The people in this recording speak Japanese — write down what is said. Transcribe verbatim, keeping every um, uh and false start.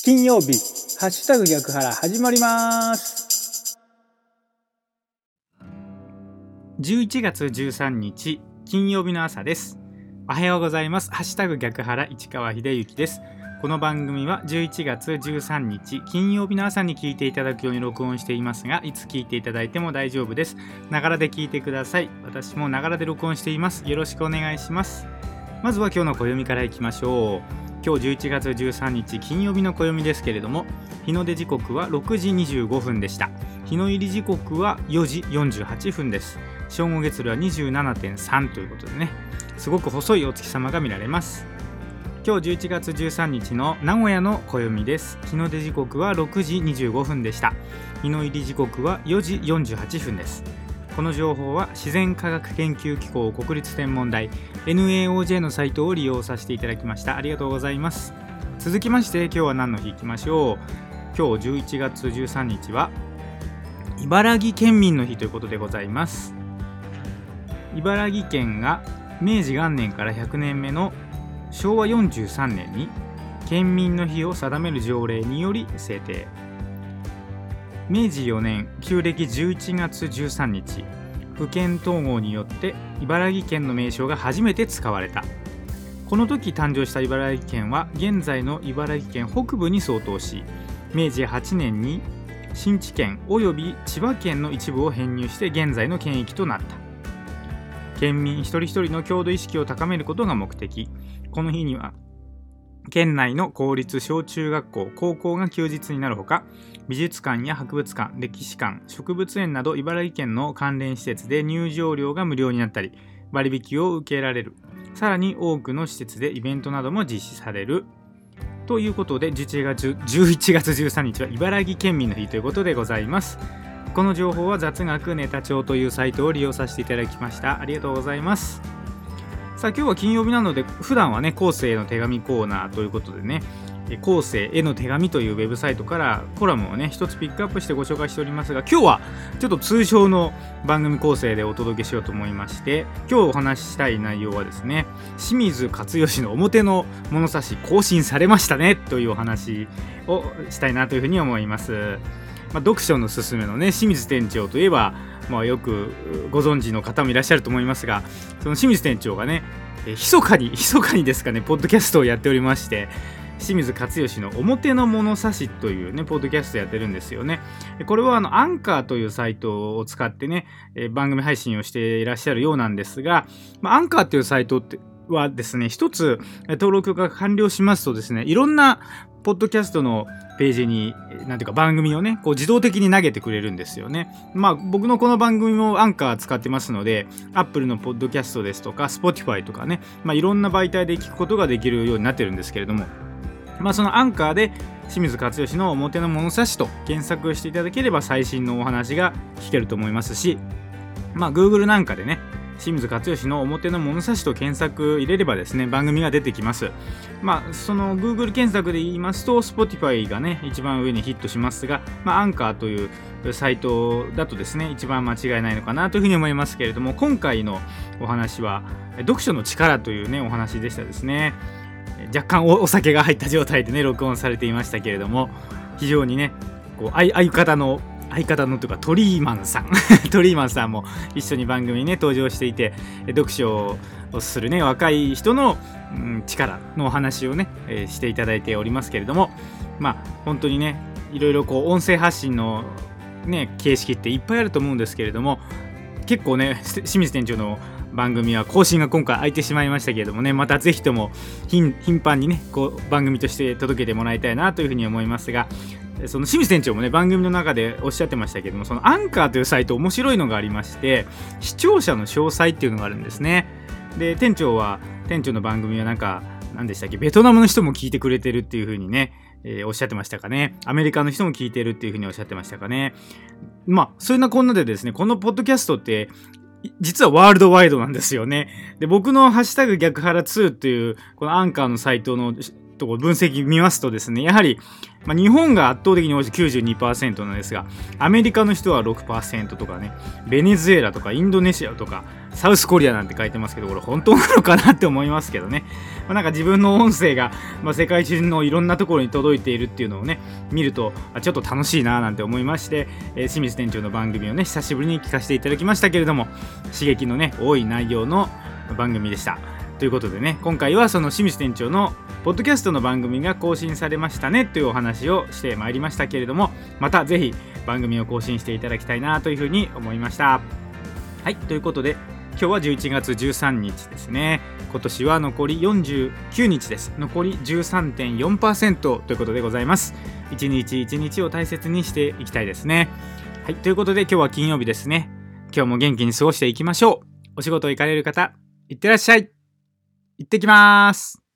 金曜日ハッシュタグ逆腹始まります。 じゅういちがつじゅうさんにち金曜日の朝です。おはようございます。ハッシュタグ逆腹市川秀幸です。この番組はじゅういちがつじゅうさんにち金曜日の朝に聞いていただくように録音していますが、いつ聞いていただいても大丈夫です。ながらで聞いてください。私もながらで録音しています。よろしくお願いします。まずは今日の暦からいきましょう。今日じゅういちがつじゅうさんにち金曜日の暦ですけれども、日の出時刻はろくじにじゅうごふんでした。日の入り時刻はよじよんじゅうはっぷんです。正午月量は にじゅうななてんさん ということでね、すごく細いお月様が見られます。今日じゅういちがつじゅうさんにちの名古屋の暦です。日の出時刻はろくじにじゅうごふんでした。日の入り時刻はよじよんじゅうはっぷんです。この情報は自然科学研究機構国立天文台 エヌエーオージェー のサイトを利用させていただきました。ありがとうございます。続きまして今日は何の日いきましょう。今日じゅういちがつじゅうさんにちは茨城県民の日ということでございます。茨城県が明治元年からひゃくねんめのしょうわよんじゅうさんねんに県民の日を定める条例により制定。明治よねん旧暦じゅういちがつじゅうさんにち府県統合によって茨城県の名称が初めて使われた。この時誕生した茨城県は現在の茨城県北部に相当し、明治はちねんに新地県および千葉県の一部を編入して現在の県域となった。県民一人一人の郷土意識を高めることが目的。この日には県内の公立小中学校、高校が休日になるほか、美術館や博物館、歴史館、植物園など茨城県の関連施設で入場料が無料になったり、割引を受けられる。さらに多くの施設でイベントなども実施される。ということでじゅういちがつじゅうさんにちは茨城県民の日ということでございます。この情報は雑学ネタ帳というサイトを利用させていただきました。ありがとうございます。さあ今日は金曜日なので、普段はね後世への手紙コーナーということでね、後世への手紙というウェブサイトからコラムをね一つピックアップしてご紹介しておりますが、今日はちょっと通常の番組構成でお届けしようと思いまして、今日お話ししたい内容はですね、清水勝義の表の物差し更新されましたねというお話をしたいなというふうに思います。まあ、読書のすすめのね清水店長といえば、まあ、よくご存知の方もいらっしゃると思いますが、その清水店長がねえ密かに密かにですかねポッドキャストをやっておりまして、清水勝義の表の物差しというねポッドキャストやってるんですよね。これはあのアンカーというサイトを使ってね番組配信をしていらっしゃるようなんですが、まあ、アンカーというサイトってはですね、一つ登録が完了しますとですね、いろんなポッドキャストのページになんていうか番組をねこう自動的に投げてくれるんですよね。まあ僕のこの番組もアンカー使ってますので、Apple のポッドキャストですとか Spotify とかね、まあいろんな媒体で聞くことができるようになってるんですけれども、まあそのアンカーで清水勝義の表の物差しと検索していただければ最新のお話が聞けると思いますし、まあ Google なんかでね清水勝義の表の物差しと検索入れればですね番組が出てきます。まあその Google 検索で言いますと Spotify がね一番上にヒットしますが、まあアンカーというサイトだとですね一番間違いないのかなというふうに思いますけれども、今回のお話は読書の力というねお話でしたですね。若干 お, お酒が入った状態でね録音されていましたけれども、非常にねこう相, 相方の相方のというかトリーマンさんトリーマンさんも一緒に番組にね登場していて、読書をするね若い人の、うん、力のお話をね、えー、していただいておりますけれども、まあ本当にねいろいろこう音声発信のね形式っていっぱいあると思うんですけれども、結構ね清水店長の番組は更新が今回空いてしまいましたけれどもね、またぜひとも頻繁にねこう番組として届けてもらいたいなというふうに思いますが、その清水店長もね番組の中でおっしゃってましたけども、そのアンカーというサイト面白いのがありまして、視聴者の詳細っていうのがあるんですね。で店長は店長の番組はなんか何でしたっけ、ベトナムの人も聞いてくれてるっていう風にね、えー、おっしゃってましたかね。アメリカの人も聞いてるっていう風におっしゃってましたかね。まあそんなこんなでですね、このポッドキャストって実はワールドワイドなんですよね。で僕のハッシュタグ逆腹ツーっていうこのアンカーのサイトのとこ分析見ますとですね、やはり、まあ、日本が圧倒的に多い きゅうじゅうにパーセント なんですが、アメリカの人は ろくパーセント とかね、ベネズエラとかインドネシアとかサウスコリアなんて書いてますけど、これ本当なのかなって思いますけどね。まあ、なんか自分の音声が、まあ、世界中のいろんなところに届いているっていうのをね、見るとちょっと楽しいななんて思いまして、えー、清水店長の番組をね、久しぶりに聞かせていただきましたけれども、刺激のね、多い内容の番組でした。ということでね、今回はその清水店長のポッドキャストの番組が更新されましたねというお話をしてまいりましたけれども、またぜひ番組を更新していただきたいなというふうに思いました。はい、ということで今日はじゅういちがつじゅうさんにちですね。今年は残りよんじゅうきゅうにちです。残り じゅうさんてんよんパーセント ということでございます。一日一日を大切にしていきたいですね。はい、ということで今日は金曜日ですね。今日も元気に過ごしていきましょう。お仕事行かれる方、いってらっしゃい。行ってきます。